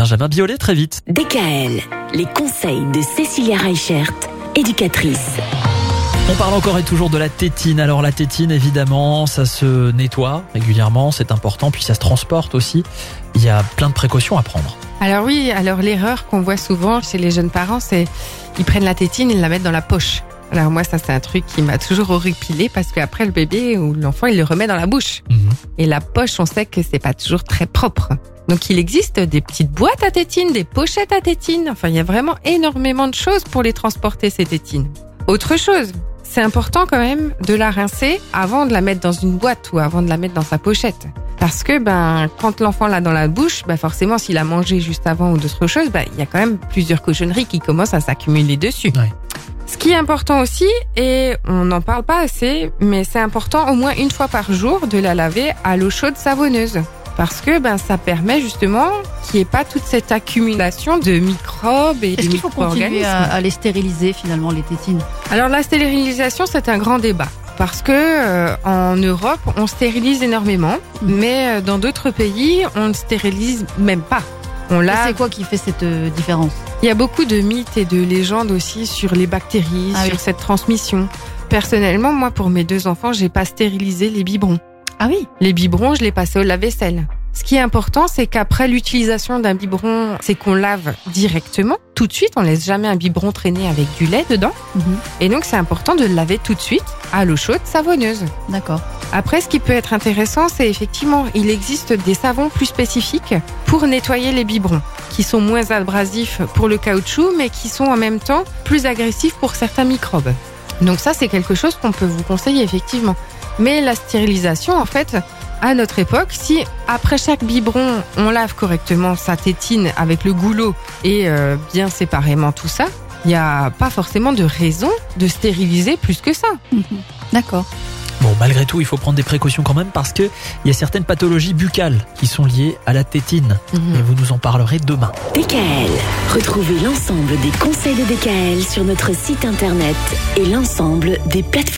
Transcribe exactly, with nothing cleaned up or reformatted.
Benjamin Biolay très vite. D K L, les conseils de Cécilia Reichert, éducatrice. On parle encore et toujours de la tétine. Alors la tétine, évidemment, ça se nettoie régulièrement, c'est important, puis ça se transporte aussi. Il y a plein de précautions à prendre. Alors oui, alors l'erreur qu'on voit souvent chez les jeunes parents, c'est ils prennent la tétine, ils la mettent dans la poche. Alors moi, ça c'est un truc qui m'a toujours horripilé parce qu'après le bébé ou l'enfant, il le remet dans la bouche. Mmh. Et la poche, on sait que c'est pas toujours très propre. Donc il existe des petites boîtes à tétine, des pochettes à tétine. Enfin, il y a vraiment énormément de choses pour les transporter, ces tétines. Autre chose, c'est important quand même de la rincer avant de la mettre dans une boîte ou avant de la mettre dans sa pochette. Parce que ben quand l'enfant l'a dans la bouche, ben forcément s'il a mangé juste avant ou d'autres choses, ben il y a quand même plusieurs cochonneries qui commencent à s'accumuler dessus. Ouais. Ce qui est important aussi, et on n'en parle pas assez, mais c'est important au moins une fois par jour de la laver à l'eau chaude savonneuse. Parce que ben ça permet justement qu'il n'y ait pas toute cette accumulation de microbes et de micro-organismes. Est-ce qu'il faut continuer à, à les stériliser finalement, les tétines ? Alors la stérilisation, c'est un grand débat. Parce que euh, en Europe, on stérilise énormément, mmh. mais euh, dans d'autres pays, on ne stérilise même pas. On lave... C'est quoi qui fait cette euh, différence ? Il y a beaucoup de mythes et de légendes aussi sur les bactéries, ah, sur oui. cette transmission. Personnellement, moi, pour mes deux enfants, j'ai pas stérilisé les biberons. Ah oui ? Les biberons, je les passais au lave-vaisselle. Ce qui est important, c'est qu'après l'utilisation d'un biberon, c'est qu'on lave directement, tout de suite. On laisse jamais un biberon traîner avec du lait dedans. Mmh. Et donc, c'est important de le laver tout de suite à l'eau chaude savonneuse. D'accord. Après, ce qui peut être intéressant, c'est effectivement, il existe des savons plus spécifiques pour nettoyer les biberons, qui sont moins abrasifs pour le caoutchouc, mais qui sont en même temps plus agressifs pour certains microbes. Donc ça, c'est quelque chose qu'on peut vous conseiller, effectivement. Mais la stérilisation, en fait, à notre époque, si après chaque biberon, on lave correctement sa tétine avec le goulot et euh, bien séparément tout ça, il n'y a pas forcément de raison de stériliser plus que ça. Mmh. D'accord. Bon, malgré tout, il faut prendre des précautions quand même parce qu'il y a certaines pathologies buccales qui sont liées à la tétine. Mmh. Et vous nous en parlerez demain. D K L. Retrouvez l'ensemble des conseils de D K L sur notre site internet et l'ensemble des plateformes.